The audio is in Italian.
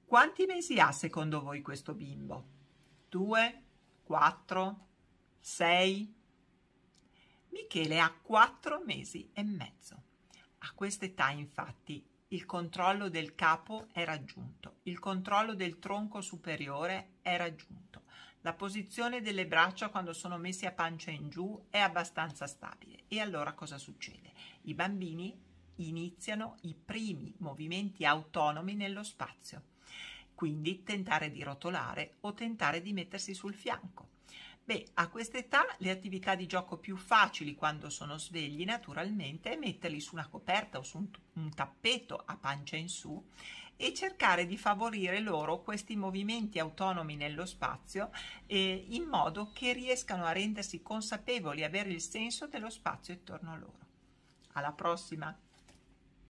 Quanti mesi ha secondo voi questo bimbo? 2, 4, 6? Michele ha 4 mesi e mezzo. A quest'età, infatti, il controllo del capo è raggiunto, il controllo del tronco superiore è raggiunto, la posizione delle braccia quando sono messi a pancia in giù è abbastanza stabile. E allora cosa succede? I bambini iniziano i primi movimenti autonomi nello spazio, quindi tentare di rotolare o tentare di mettersi sul fianco. Beh, a quest'età le attività di gioco più facili quando sono svegli naturalmente è metterli su una coperta o su un tappeto a pancia in su e cercare di favorire loro questi movimenti autonomi nello spazio in modo che riescano a rendersi consapevoli, avere il senso dello spazio attorno a loro. Alla prossima!